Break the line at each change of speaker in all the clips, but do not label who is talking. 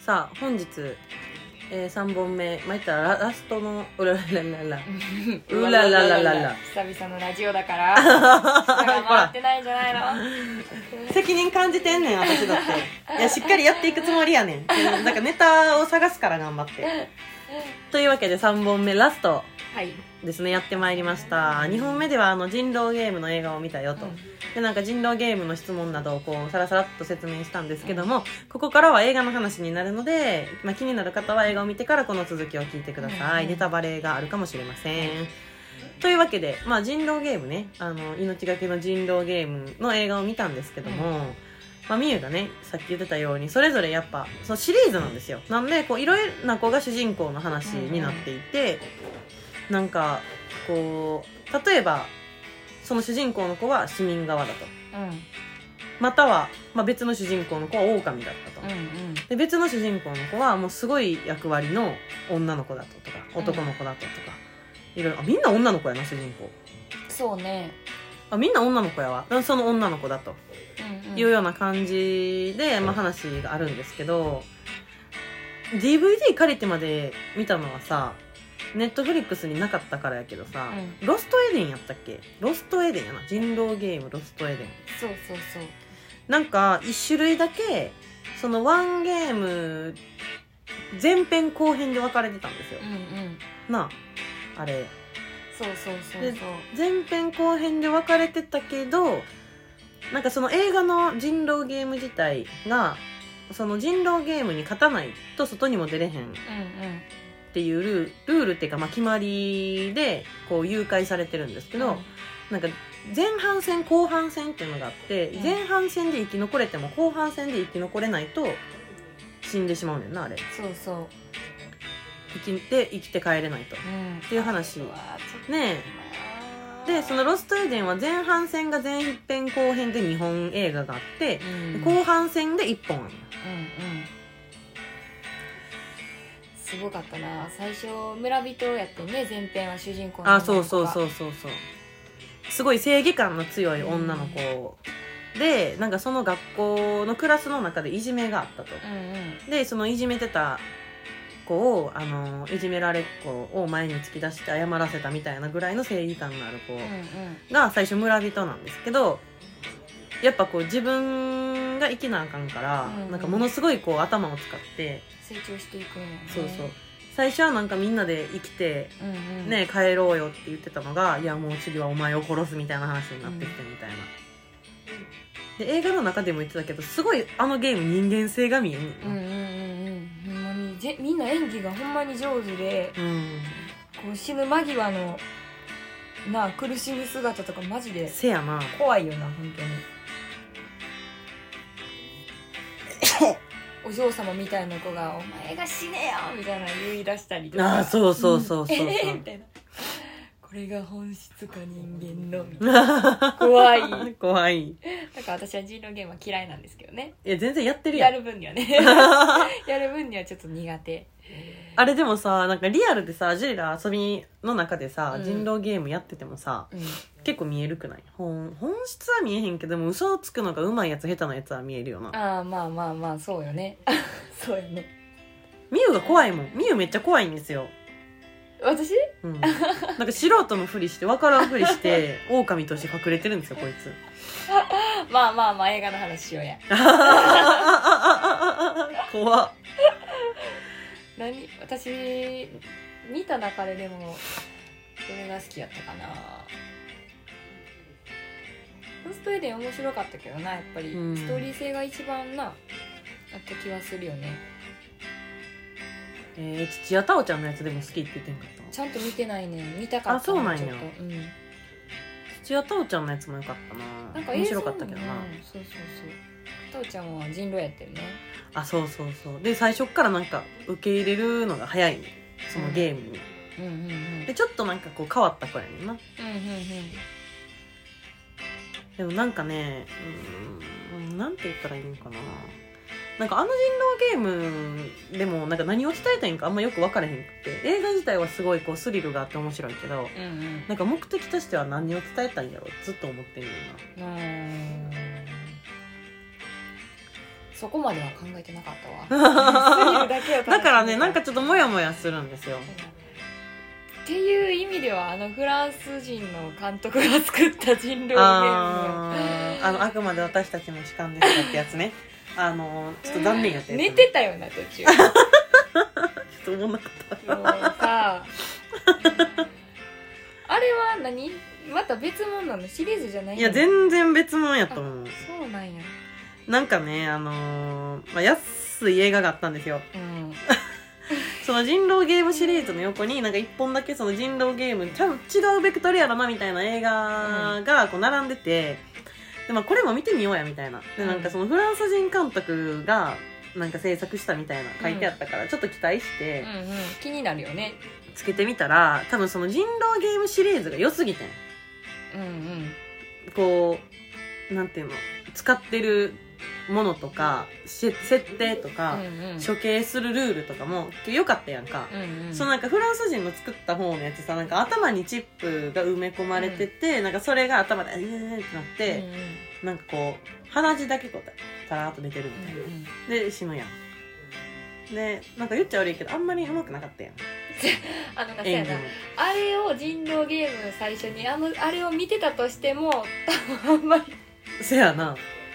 さあ本日、3本目言ったらラストのうららららうららららら
久々のラジオだから下が回ってないんじゃないの
責任感じてんねん私だっていやしっかりやっていくつもりやねんなんかネタを探すから頑張ってというわけで3本目ラスト
はい
ですねやってまいりました。2本目では人狼ゲームの映画を見たよと、でなんか人狼ゲームの質問などをこうさらさらっと説明したんですけども、ここからは映画の話になるので、気になる方は映画を見てからこの続きを聞いてください。ネタバレがあるかもしれません。というわけで、人狼ゲームね、命がけの人狼ゲームの映画を見たんですけども、みゆがねさっき言ってたようにそれぞれやっぱそのシリーズなんですよ。なんでこういろいろな子が主人公の話になっていて、なんかこう例えばその主人公の子は市民側だと、または、別の主人公の子は狼だったと、で別の主人公の子はもうすごい役割の女の子だとか男の子だとか、いろいろみんな女の子やな主人公。
そうね、
みんな女の子やわ、その女の子だというような感じで、話があるんですけど、 DVD 借りてまで見たのはさネットフリックスになかったからやけどさ、ロストエデンやったっけ。ロストエデンやな、人狼ゲームロストエデン。
そうそうそう、
なんか一種類だけそのワンゲーム前編後編で分かれてたんですよ、なあれ。
そうそうそう
で
そう、
前編後編で分かれてたけど、なんかその映画の人狼ゲーム自体がその人狼ゲームに勝たないと外にも出れへんっていうルールっていうか、決まりでこう誘拐されてるんですけど、なんか前半戦後半戦っていうのがあって、前半戦で生き残れても後半戦で生き残れないと死んでしまうねんなあれ。
そうそう、
生きて帰れないと、っていう話ねえ。でそのロストエデンは前半戦が前編後編で2本映画があって、後半戦で1本ある。
すごかったな。最初村人やってね、前編は主人公の女の子が、
そうすごい正義感の強い女の子で、なんかその学校のクラスの中でいじめがあったと、でそのいじめてた子をいじめられっ子を前に突き出して謝らせたみたいなぐらいの正義感のある子が最初村人なんですけど、やっぱこう自分が生きなあかんから、なんかものすごいこう頭を使って
成長していくんやね。
そう最初はなんかみんなで生きて、ね帰ろうよって言ってたのが、いやもう次はお前を殺すみたいな話になってきてみたいな、で映画の中でも言ってたけど、すごいゲーム人間性が見えんねん
ほんまにみんな演技がほんまに上手で、こう死ぬ間際の苦しむ姿とかマジで
せやな
怖いよな本当にお嬢様みたいな子が「お前が死ねよ!」みたいな言い出したりとか、
そう
みたいな、これが本質か人間のみたいな怖い
怖い。
だから私は人狼ゲームは嫌いなんですけどね。
いや全然やってるやん。
やる分にはねやる分にはちょっと苦手。
あれでもさ、なんかリアルでさ、ジェリラ遊びの中でさ、人狼ゲームやっててもさ、結構見えるくない？本質は見えへんけども、嘘をつくのが上手いやつ下手なやつは見えるよな。
まあそうよねそうよね。
ミユが怖いもん。ミユめっちゃ怖いんですよ。
私？
なんか素人のふりして分からんふりして狼として隠れてるんですよこいつ
まあ映画の話しようや
怖っ。
私見た中ででもどれが好きやったかな。ロストエデン面白かったけどな、やっぱり、ストーリー性が一番あった気はするよね。
土屋太鳳ちゃんのやつでも好きって言ってんかった。
ちゃんと見てないね、見たかった。
そうなんや。
ちょっと
土屋太鳳ちゃんのやつもよかったな。
なんか
面白かったけどな。
そう太鳳ちゃんは人狼やってるね。
そうで最初っからなんか受け入れるのが早い、そのゲームに、でちょっとなんかこう変わった子やねんな。でもなんかね、なんて言ったらいいのかな。なんか人狼ゲームでもなんか何を伝えたいんかあんまよく分からへんくて、映画自体はすごいこうスリルがあって面白いけど、なんか目的としては何を伝えたいんやろずっと思ってるよな。
そこまでは考えてなかったわスリルだけを楽しんでた
だからねなんかちょっとモヤモヤするんですよ。
っていう意味ではフランス人の監督が作った人狼ゲームが
あくまで私たちの主観でしたってやつね。ちょっと残念やったやつ、ね、
寝てたよな途中
ちょっと思んなかった
もうさあれは何また別物なのシリーズじゃないの？
いや全然別物やと思う。
そうなんや。
なんかね安い映画があったんですよ、その人狼ゲームシリーズの横になんか一本だけその人狼ゲーム多分違うベクトルやろなみたいな映画がこう並んでて、で、これも見てみようやみたいなで、なんかそのフランス人監督がなんか制作したみたいな書いてあったからちょっと期待して
気になるよね。
つけてみたら多分その人狼ゲームシリーズが良すぎてん、こうなんていうの使ってるものとか設定とか、処刑するルールとかも良かったやんか、そのなんかフランス人の作った方のやつさなんか頭にチップが埋め込まれてて、なんかそれが頭でってなって、なんかこう鼻血だけこうタラーっと出てるみたいな、で死ぬやん。でなんか言っちゃ悪いけどあんまりうまくなかったやん
演技もあれを人狼ゲーム最初にあれを見てたとしても多分あんまり
せやな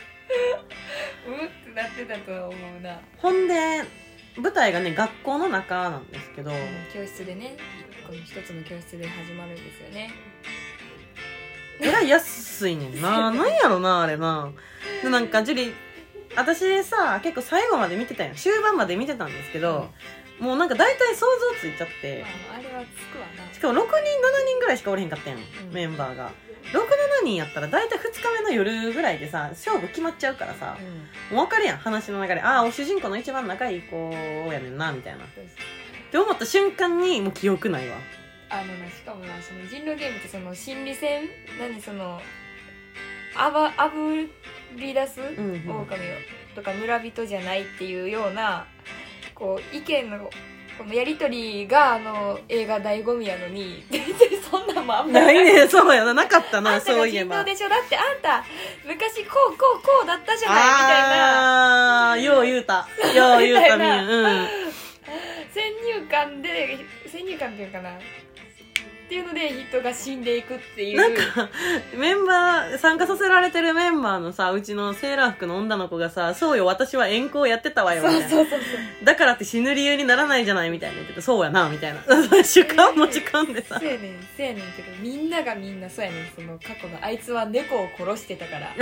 ってなってたとは思うな。
ほんで舞台がね学校の中なんですけど、
教室でねこの一つの教室で始まるんですよね。
えらい安いねんななんやろなあれな。でなんかジュリ私さ結構最後まで見てたやん、終盤まで見てたんですけど、もうなんか大体想像ついちゃって、
あれはつくわな。
しかも6人7人ぐらいしかおれへんかったやん、メンバーが6、7人やったら大体2日目の夜ぐらいでさ勝負決まっちゃうからさ、もう分かるやん話の流れ、ああ主人公の一番仲いい子やねんなみたいなって思った瞬間にもう記憶ないわ。
しかもなその人狼ゲームってその心理戦そのあぶり出す狼をとか村人じゃないっていうようなこう意見のこのやり取りが映画醍醐味やのに全然そんなんもあんまり
ないね。そうやな、なかったな。そういえば
あんたが人狼でしょ、だってあんた昔こうだったじゃないみたいな。
あーよう言うたみんな、
先入観っていうかなっていうので人が死んでいくっていう、
なんかメンバー参加させられてるメンバーのさうちのセーラー服の女の子がさ、そうよ私は遠行やってたわよみたいな、
そう
だからって死ぬ理由にならないじゃないみたいな言ってて、そうやなみたいな主観持ち込んでさ、
そうやねんけどみんながみんなそうやねん。その過去のあいつは猫を殺してたから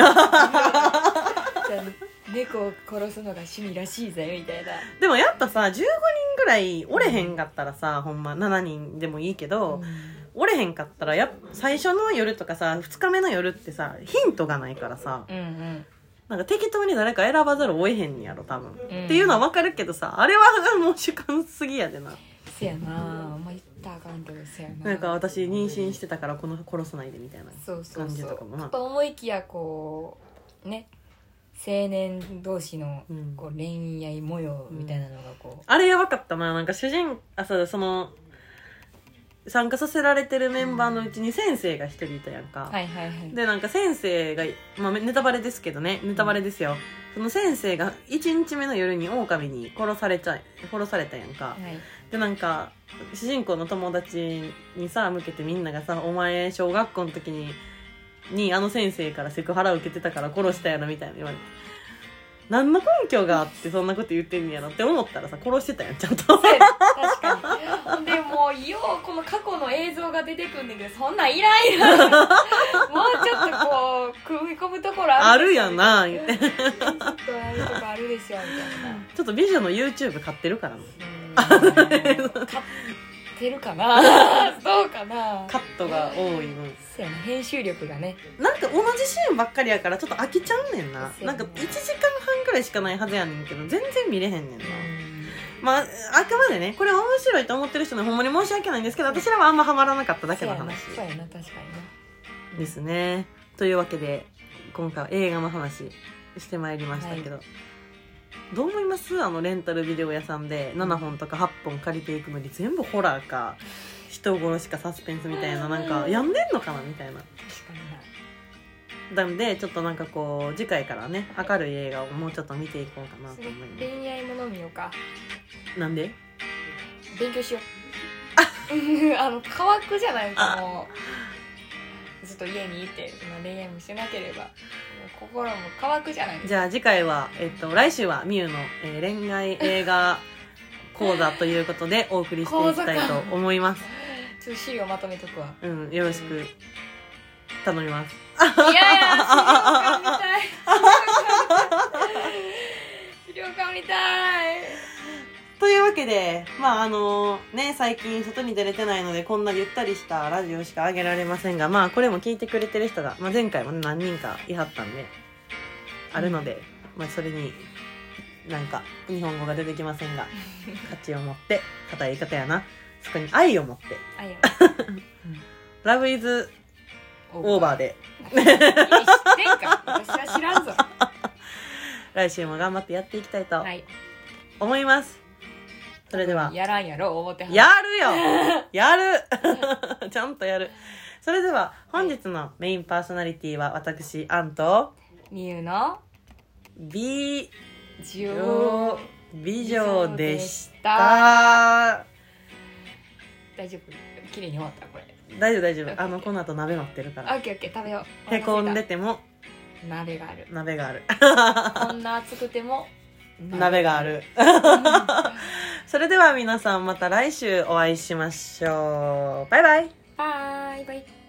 猫を殺すのが趣味らしいぜみたいな。
でもやっぱさ15人ぐらいおれへんかったらさ、ほんま7人でもいいけど、おれへんかったら最初の夜とかさ2日目の夜ってさヒントがないからさ、なんか適当に誰か選ばざるを得へんねやろ多分、っていうのは分かるけどさ、あれはもう主観すぎやでな。
せやな、言ったらあかんけどせやな。
なんか私妊娠してたからこの殺さないでみたいな感じとかもな。
と思いきやこうね青年同士のこう恋愛模様みたいなのがこう、
あれやばかったな。なんかその参加させられてるメンバーのうちに先生が一人いたやんか、でなんか先生が、ネタバレですけどね、ネタバレですよ、その先生が1日目の夜に狼に殺されたやんか、でなんか主人公の友達にさ向けてみんながさ、お前小学校の時にあの先生からセクハラを受けてたから殺したやろみたいな言われて、何の根拠があってそんなこと言ってんやろって思ったらさ、殺してたやんちゃんと。
確かに。でもこの過去の映像が出てくんだけど、そんなんいらんやんもうちょっとこう組み込むところ
あるやんな言って
ちょっとあるとこあるでしょみたいな。
ちょっと美女の YouTube 買ってるからな。
買ってるかなそうかな。
カットが多い分、
そうやな、編集力がね。
なんか同じシーンばっかりやからちょっと飽きちゃうねんな。なんか1時間半くらいしかないはずやねんけど全然見れへんねんな。あくまでねこれ面白いと思ってる人にほんまに申し訳ないんですけど、私らはあんまハマらなかっただけの話
そうやな、確かにな
ですね。というわけで今回は映画の話してまいりましたけど、どう思います？レンタルビデオ屋さんで7本とか8本借りていくのに全部ホラーか人殺しかサスペンスみたいな、なんか病んでんのかなみたいな。
確かにな。
なんでちょっとなんかこう次回からね明るい映画をもうちょっと見ていこうかなと思います。
恋愛もの見ようか。
なんで
勉強しよう。乾くじゃないかもうずっと家にいて恋愛もしなければもう心も乾くじゃないですか。
じゃあ次回は、来週はみゆの、恋愛映画講座ということでお送りしていきたいと思います。
ちょっと資料まとめとくわ。
よろしく頼みます。
いやいや、資料館見たい。資料館見たい。
というわけで、まあね、最近外に出れてないのでこんなゆったりしたラジオしか上げられませんが、まあこれも聞いてくれてる人が、まあ、前回も、ね、何人かいはったんであるので、まあ、それになんか日本語が出てきませんが価値を持って硬い言い方やな、そこに愛を持ってラブイズオーバーで
知ってんか、私は知らんぞ。
来週も頑張ってやっていきたいと
はい
思います。それでは
やらんやろ思ってはる。
やるよやるちゃんとやる。それでは本日のメインパーソナリティは私アンと
みゆの
美
女
でした。
大丈夫、綺麗に終わったこれ。
大丈夫大丈夫、この後鍋乗ってるから
オッケーオッケー、食べよう。
へこんでても
鍋がある。
鍋がある
こんな暑くても
鍋があるそれでは皆さんまた来週お会いしましょう。バイバイ。
バイバイ。